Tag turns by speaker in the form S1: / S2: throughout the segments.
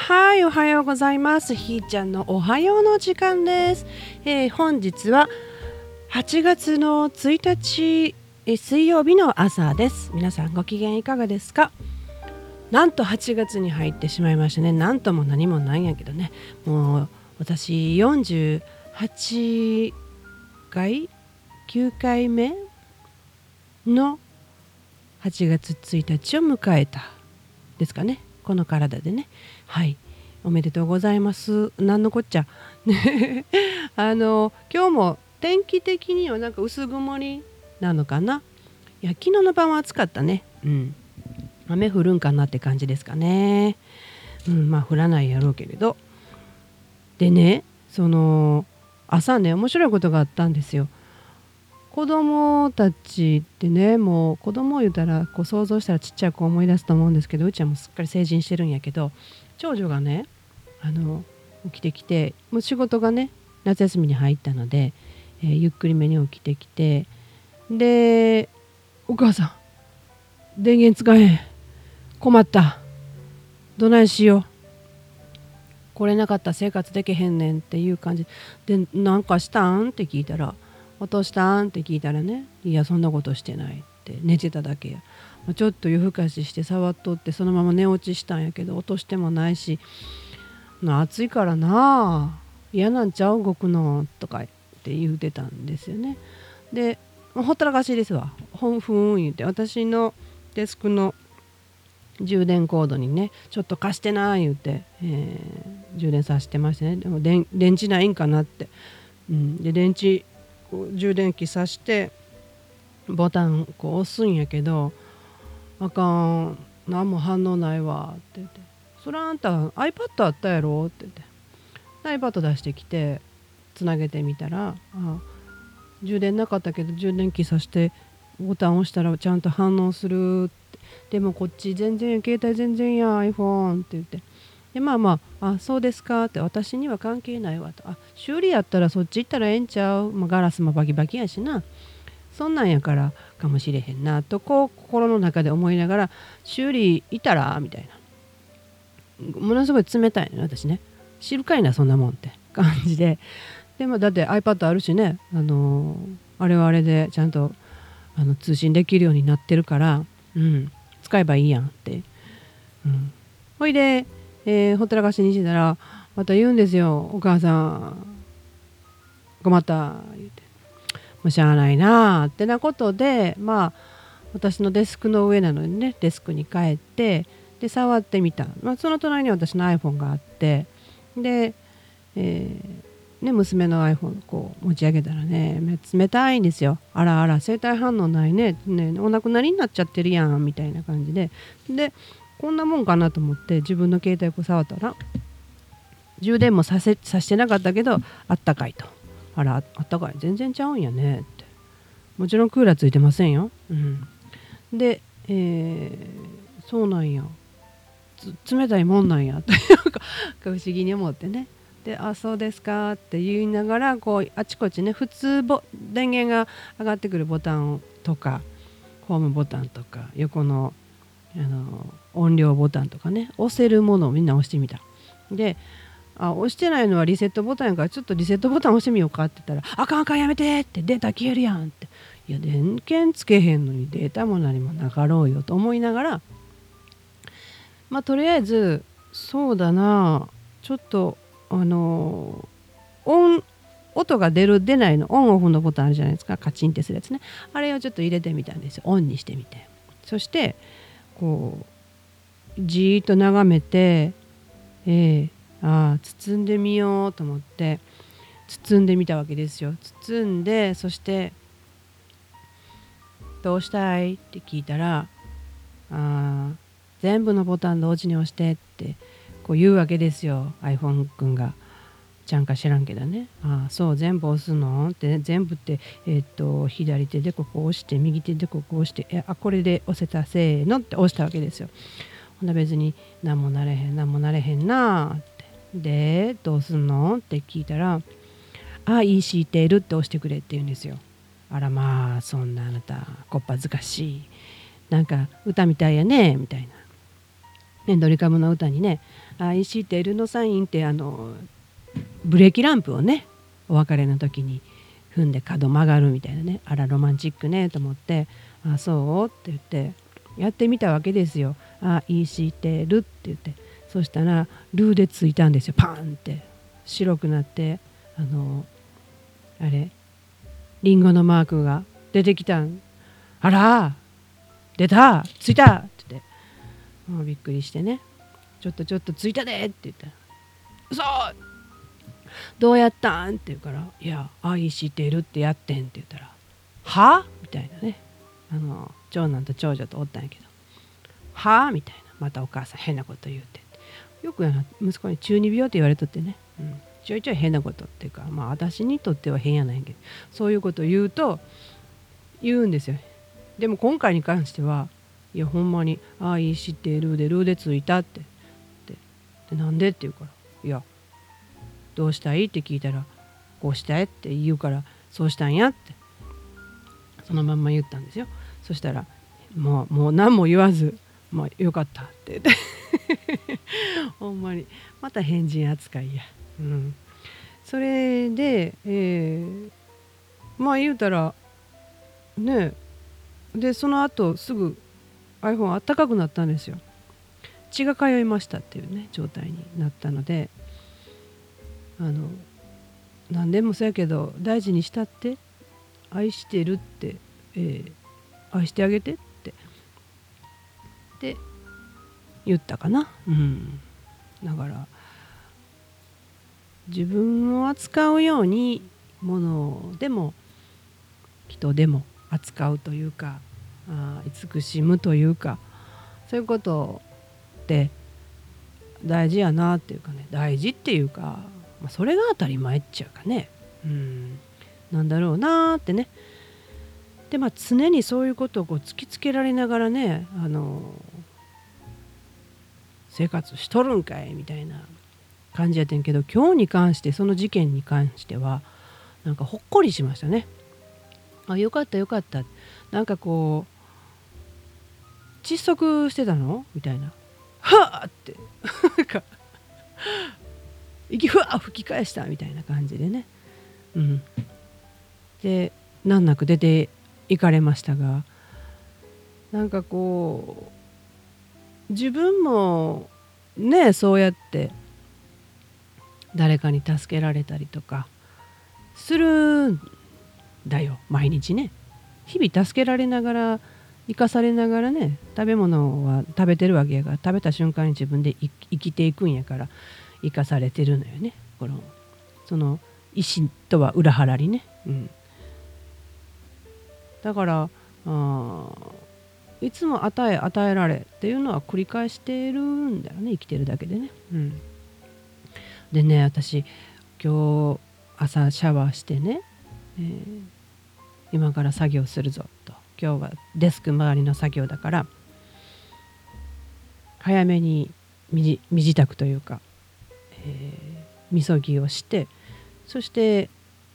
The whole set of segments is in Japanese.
S1: はい、おはようございます。ひーちゃんのおはようの時間です。本日は8月の1日、水曜日の朝です。皆さんご機嫌いかがですか？なんと8月に入ってしまいましたね。なんとも何もないんやけどね。もう私48回9回目の8月1日を迎えたですかね。この体でね。はい、おめでとうございます。なんのこっちゃね。今日も天気的にはなんか薄曇りなのかな。いや、昨日の晩は暑かったね。雨降るんかなって感じですかね。まあ降らないやろうけれど。でね、朝ね、面白いことがあったんですよ。子供たちってね、もう子供言うたらこう想像したらちっちゃい子思い出すと思うんですけど、うちはもうすっかり成人してるんやけど、長女がね起きてきて、もう仕事がね夏休みに入ったので、ゆっくりめに起きてきて、でお母さん電源使えへん、困った、どないしよう、これなかったら生活できへんねんっていう感じで、なんかしたんって聞いたら、落としたんって聞いたらね、いやそんなことしてないって、寝てただけや、ちょっと夜更かしして触っとってそのまま寝落ちしたんやけど、落としてもないし、暑いからな、嫌なんちゃう動くのとかって言うてたんですよね。でほったらかしですわ。ふん言って、私のデスクの充電コードにね、ちょっと貸してな言うて、充電させてましたね。でも電池ないんかなって、で電池充電器さしてボタンこう押すんやけど、あかん、何も反応ないわって言って、それあんた iPad あったやろって言って、iPad 出してきてつなげてみたら、充電なかったけど充電器さしてボタン押したらちゃんと反応するって、でもこっち全然携帯全然や iPhone って言って、でそうですかって、私には関係ないわと、修理やったらそっち行ったらええんちゃう、ガラスもバキバキやしな、そんなんやからかもしれへんなとこう心の中で思いながら、修理いたらみたいな、ものすごい冷たいね私ね、知るかいなそんなもんって感じで、でもだって iPad あるしね、あれはあれでちゃんと通信できるようになってるから、使えばいいやんって、ほいで、ほったらかしにしてたらまた言うんですよ、お母さん困った言うて、もうしゃあないなってなことで、私のデスクの上なのにね、デスクに帰ってで触ってみた、その隣に私の iPhone があって、で、娘の iPhone こう持ち上げたらね、冷たいんですよ。あらあら生体反応ないね、お亡くなりになっちゃってるやんみたいな感じで、こんなもんかなと思って自分の携帯を触ったら、充電もさしてなかったけどあったかいと、あらあったかい、全然ちゃうんやねって、もちろんクーラーついてませんよ。で、そうなんや、冷たいもんなんやって不思議に思ってね。でそうですかって言いながら、こうあちこちね、普通電源が上がってくるボタンとかホームボタンとか横の音量ボタンとかね、押せるものをみんな押してみた。で押してないのはリセットボタンやから、ちょっとリセットボタン押してみようかって言ったら、あかんあかんやめてって、データ消えるやんって、いや電源つけへんのにデータも何もなかろうよと思いながら、とりあえずそうだな、ちょっと音が出ないのオンオフのボタンあるじゃないですか、カチンってするやつね、あれをちょっと入れてみたんですよ、オンにしてみて。そしてこうじーっと眺めて、包んでみようと思って包んでみたわけですよ。包んで、そしてどうしたいって聞いたら、全部のボタン同時に押してってこう言うわけですよ、 iPhone 君が。ちゃんか知らんけどね、そう全部押すのって、ね、全部って、左手でここ押して右手でここ押して、これで押せた、せーのって押したわけですよ。ほんな別に何もなれへんなって、でどうすんのって聞いたら、いいシーテールって押してくれって言うんですよ。あらそんなあなたこっぱずかしい、なんか歌みたいやねみたいな。 ドリカムの歌にね、愛してるのサインってブレーキランプをねお別れの時に踏んで角曲がるみたいなね、あらロマンチックねと思って、そうって言ってやってみたわけですよ。愛してるって言って、そしたらルーでついたんですよ。パーンって白くなって、あれリンゴのマークが出てきたん。あら出たついたって言って、もうびっくりしてね、ちょっとついたでって言ったら、嘘どうやったんって言うから、いや愛してるってやってんって言ったら、はみたいなね、長男と長女とおったんやけど、はみたいな、またお母さん変なこと言うて、よく息子に中二病って言われとってね、ちょいちょい変なことっていうか、私にとっては変やないんやけど、そういうこと言うんですよ。でも今回に関しては、いやほんまに愛してるでルーでついたってで、なんでって言うから、いやどうしたいって聞いたら、こうしたいって言うから、そうしたんやってそのまんま言ったんですよ。そしたらもう何も言わず、よかったって言ってほんまにまた変人扱いや。それで、言うたらね、でその後すぐ iPhone あったかくなったんですよ。血が通いましたっていうね状態になったので、何でもそうやけど大事にしたって、愛してるって、愛してあげてって言ったかな。だから自分を扱うように物でも人でも扱うというか、慈しむというか、そういうことって大事やなっていうかね、大事っていうか、それが当たり前っちゃうかね、なんだろうなってね。で常にそういうことを突きつけられながらね、生活しとるんかいみたいな感じやってんけど、今日に関してその事件に関してはなんかほっこりしましたね。よかったよかった、なんかこう窒息してたのみたいな、はあってなんか息ふわ吹き返したみたいな感じでね、で難なく出て行かれましたが、なんかこう自分もねそうやって誰かに助けられたりとかするんだよ、毎日ね。日々助けられながら生かされながらね、食べ物は食べてるわけやから、食べた瞬間に自分で生きていくんやから生かされてるのよね。その意思とは裏腹にね、だからいつも与えられっていうのは繰り返してるんだよね、生きてるだけでね。でね、私今日朝シャワーしてね、今から作業するぞと、今日はデスク周りの作業だから早めに身支度というか、みそぎをして、そして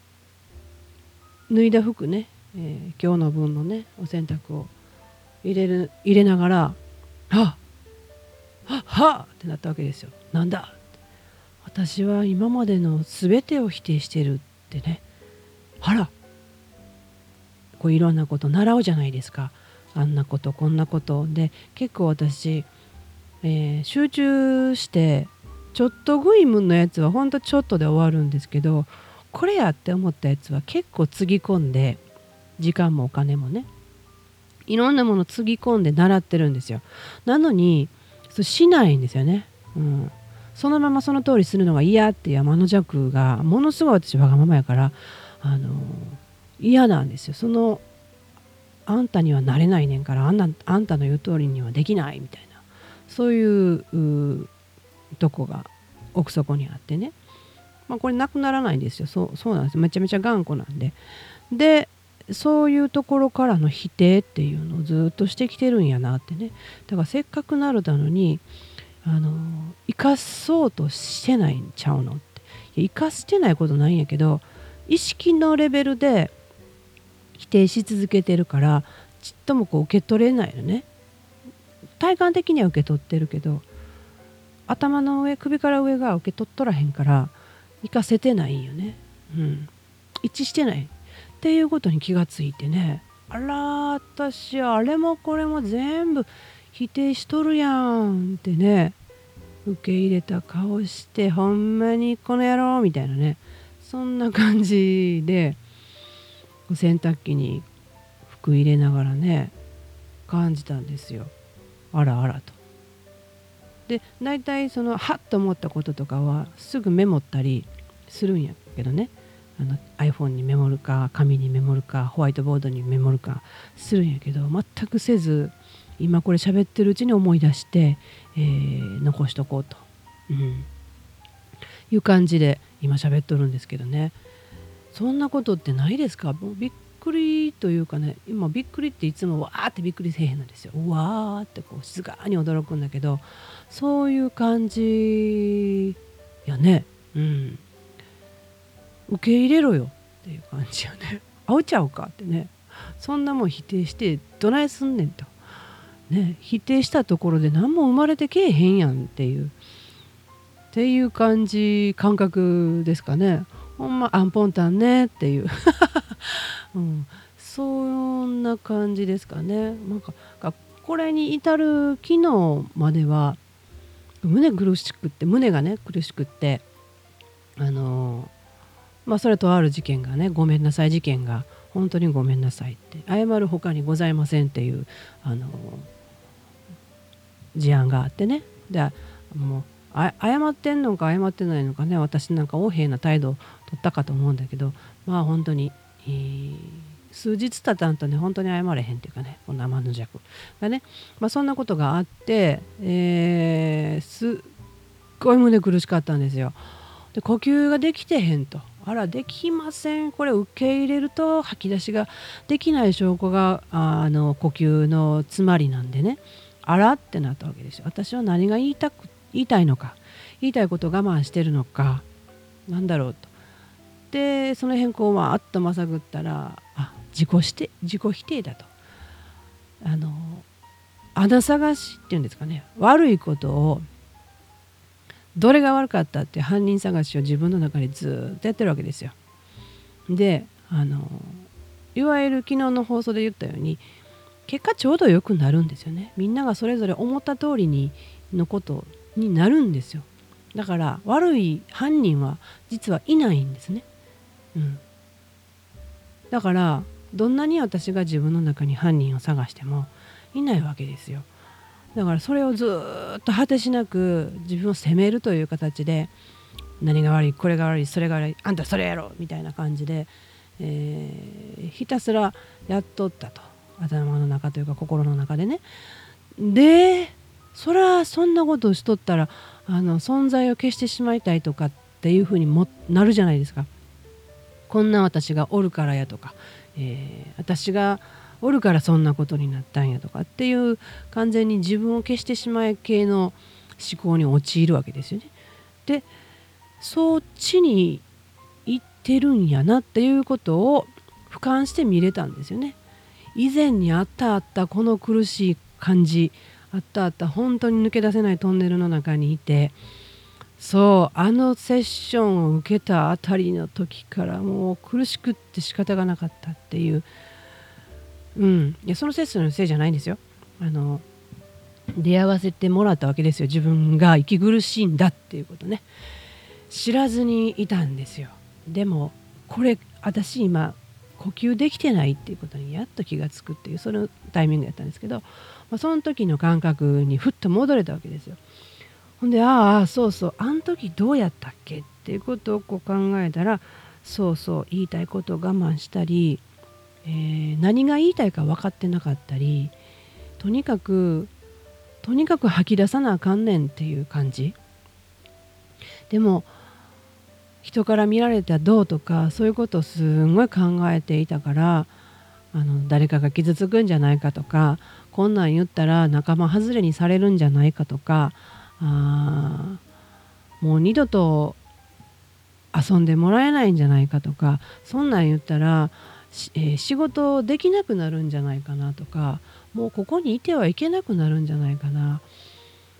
S1: 脱いだ服ね、今日の分のねお洗濯を入れながら、はっってなったわけですよ。なんだ、私は今までの全てを否定してるってね。こういろんなこと習うじゃないですか。あんなことこんなことで、結構私、集中してちょっと食いもんのやつはほんとちょっとで終わるんですけど、これやって思ったやつは結構つぎ込んで、時間もお金もね、いろんなものつぎ込んで習ってるんですよ。なのにそうしないんですよね。そのままその通りするのが嫌っていう天の弱がものすごい私わがままやから、嫌なんですよ。あんたにはなれないねんから、あんたの言う通りにはできないみたいな、そういうとこが奥底にあってね、これなくならないんですよ。そうなんです。めちゃめちゃ頑固なんでそういうところからの否定っていうのをずっとしてきてるんやなってね。だからせっかくなるだのに生かそうとしてないんちゃうのって。生かしてないことないんやけど、意識のレベルで否定し続けてるから、ちっともこう受け取れないのね。体感的には受け取ってるけど、 頭の上、首から上が受け取っとらへんから行かせてないよね。一致してないっていうことに気がついてね、あら私あれもこれも全部否定しとるやんってね、受け入れた顔してほんまにこの野郎みたいなね、そんな感じで洗濯機に服入れながらね感じたんですよ。あらあらと。で大体そのハッと思ったこととかはすぐメモったりするんやけどね、iPhone にメモるか紙にメモるかホワイトボードにメモるかするんやけど、全くせず今これ喋ってるうちに思い出して、残しとこうと、いう感じで今喋っとるんですけどね。そんなことってないですか？もうびっくりというかね、今びっくりっていつもわーってびっくりせえへんのですよ。うわーってこう静かに驚くんだけど、そういう感じやね。受け入れろよっていう感じよね。あうちゃうかってね。そんなもん否定してどないすんねんと。ね、否定したところで何も生まれてけえへんやんっていう感覚ですかね。ほんまアンポンタンねっていう、そんな感じですかね。なんかこれに至る昨日までは胸がね苦しくってそれとある事件がね、ごめんなさい事件が本当にごめんなさいって謝るほかにございませんっていう事案があってね。でもう謝ってんのか謝ってないのかね、私なんか横柄な態度を取ったかと思うんだけど、本当に、数日経たんとね本当に謝れへんっていうかね、こんな天の弱がね、そんなことがあって、すっごい胸苦しかったんですよ。で呼吸ができてへんと、あらできません、これ受け入れると吐き出しができない証拠が呼吸の詰まりなんでね、あらってなったわけですよ。私は何が言いたいのか、言いたいことを我慢してるのか、なんだろうと。でその辺こうあっとまさぐったら、自己否定だと。穴探しっていうんですかね、悪いことをどれが悪かったって犯人探しを自分の中でずっとやってるわけですよ。でいわゆる昨日の放送で言ったように結果ちょうど良くなるんですよね。みんながそれぞれ思った通りのことになるんですよ。だから悪い犯人は実はいないんですね。だからどんなに私が自分の中に犯人を探してもいないわけですよ。だからそれをずっと果てしなく自分を責めるという形で、何が悪いこれが悪いそれが悪いあんたそれやろみたいな感じで、ひたすらやっとったと、頭の中というか心の中でね。でそんなことをしとったら存在を消してしまいたいとかっていうふうにもなるじゃないですか。こんな私がおるからやとか、私がおるからそんなことになったんやとかっていう完全に自分を消してしまい系の思考に陥るわけですよね。でそっちに行ってるんやなっていうことを俯瞰して見れたんですよね。以前にあったこの苦しい感じ、あった本当に抜け出せないトンネルの中にいて、そうセッションを受けたあたりの時からもう苦しくって仕方がなかったっていう、いやそのセッションのせいじゃないんですよ。出会わせてもらったわけですよ。自分が息苦しいんだっていうことね、知らずにいたんですよ。でもこれ私今呼吸できてないっていうことにやっと気がつくっていう、そのタイミングやったんですけど、その時の感覚にふっと戻れたわけですよ。ほんでそうそうあの時どうやったっけっていうことをこう考えたら、そう言いたいことを我慢したり、何が言いたいか分かってなかったり、とにかく吐き出さなあかんねんっていう感じ。でも人から見られたらどうとかそういうことをすんごい考えていたから、誰かが傷つくんじゃないかとか、こんなん言ったら仲間外れにされるんじゃないかとか、もう二度と遊んでもらえないんじゃないかとか、そんなん言ったら、仕事できなくなるんじゃないかなとか、もうここにいてはいけなくなるんじゃないかな、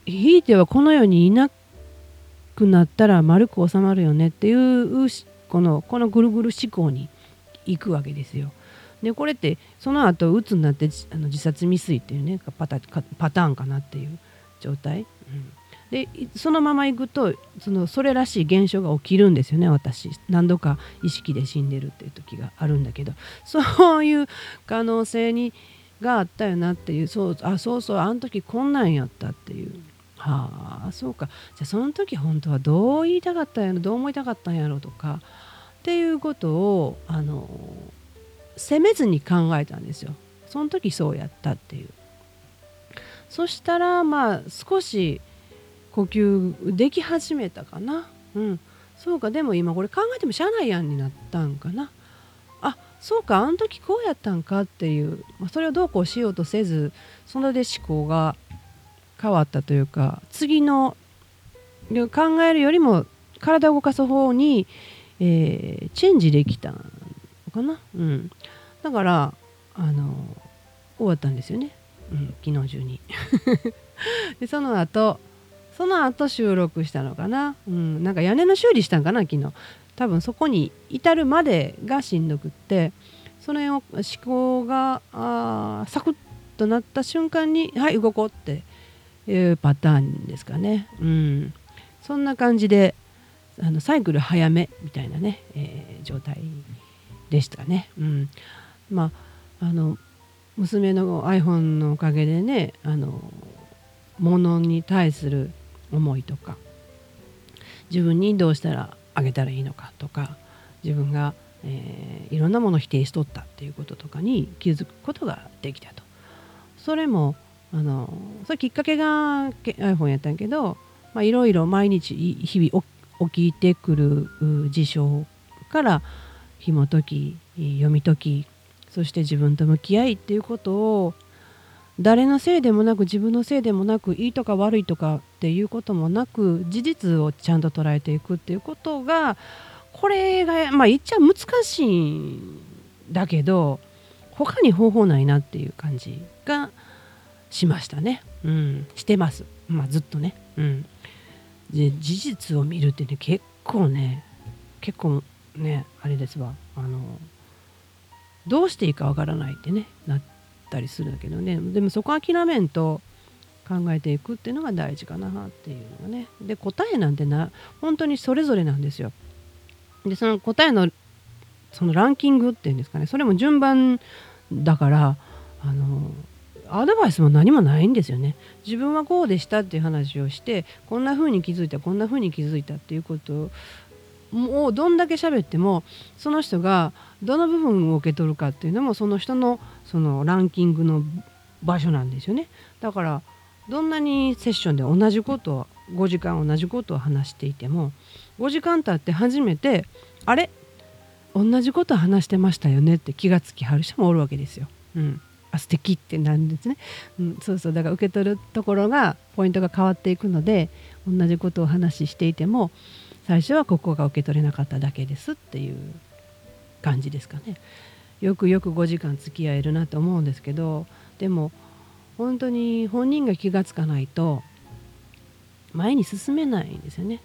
S1: ひいてはこの世にいなくなったら丸く収まるよねっていうこのぐるぐる思考に行くわけですよ。でこれってその後鬱になって自殺未遂っていうねパターンかなっていう状態、でそのまま行くとそれらしい現象が起きるんですよね。私何度か意識で死んでるっていう時があるんだけど、そういう可能性があったよなっていう、そうあの時こんなんやったっていう、はあそうか、じゃあその時本当はどう言いたかったんやろ、どう思いたかったんやろとかっていうことを責めずに考えたんですよ。その時そうやったっていう。そしたらまあ少し呼吸でき始めたかな。そうか、でも今これ考えてもしゃあないやんになったんかな。あ、そうか、あの時こうやったんかっていう、それをどうこうしようとせず、それで思考が変わったというか、次の考えるよりも体を動かす方に、チェンジできたのかな。だから終わったんですよね、昨日中にでその後収録したのかな、なんか屋根の修理したんかな昨日。多分そこに至るまでがしんどくって、それを思考がサクッとなった瞬間にはい動こうっていうパターンですかね。そんな感じでサイクル早めみたいなね、状態でしたね。まあ娘の iPhone のおかげでね、物に対する思いとか、自分にどうしたらあげたらいいのかとか、自分が、いろんなものを否定しとったっていうこととかに気づくことができたと。それもそれきっかけが iPhone やったんやけど、いろいろ毎日日々起きてくる事象から紐解き読み解き、そして自分と向き合いっていうことを誰のせいでもなく自分のせいでもなくいいとか悪いとかっていうこともなく事実をちゃんと捉えていくっていうことが、これが言っちゃ難しいんだけど他に方法ないなっていう感じがしましたね。してます。ずっとね。で事実を見るってね結構ねあれですわ、どうしていいかわからないってねなったりするんだけどね。でもそこは諦めんと考えていくっていうのが大事かなっていうのがね。で答えなんて本当にそれぞれなんですよ。でその答えのそのランキングっていうんですかね、それも順番だからアドバイスも何もないんですよね。自分はこうでしたっていう話をして、こんな風に気づいたこんな風に気づいたっていうことをもうどんだけ喋っても、その人がどの部分を受け取るかっていうのもその人のそのランキングの場所なんですよね。だからどんなにセッションで同じことを5時間同じことを話していても、5時間経って初めてあれ同じこと話してましたよねって気がつきはる人もおるわけですよ。素敵ってなんですね。そうだから受け取るところがポイントが変わっていくので、同じことを話していても最初はここが受け取れなかっただけですっていう感じですかね。よく5時間付き合えるなと思うんですけど、でも本当に本人が気がつかないと前に進めないんですよね。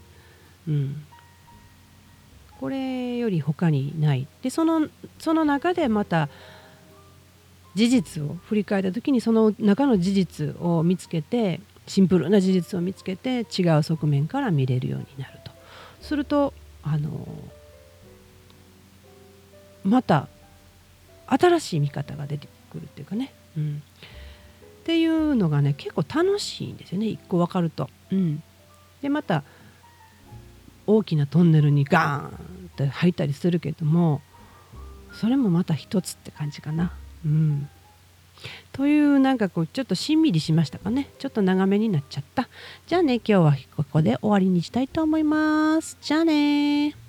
S1: これより他にない。でその中でまた事実を振り返った時にその中の事実を見つけて、シンプルな事実を見つけて違う側面から見れるようになるとするとまた新しい見方が出てくるっていうかね、っていうのがね結構楽しいんですよね、一個分かると。でまた大きなトンネルにガーンって入ったりするけども、それもまた一つって感じかな。というなんかこうちょっとしんみりしましたかね。ちょっと長めになっちゃった。じゃあね、今日はここで終わりにしたいと思います。じゃあね。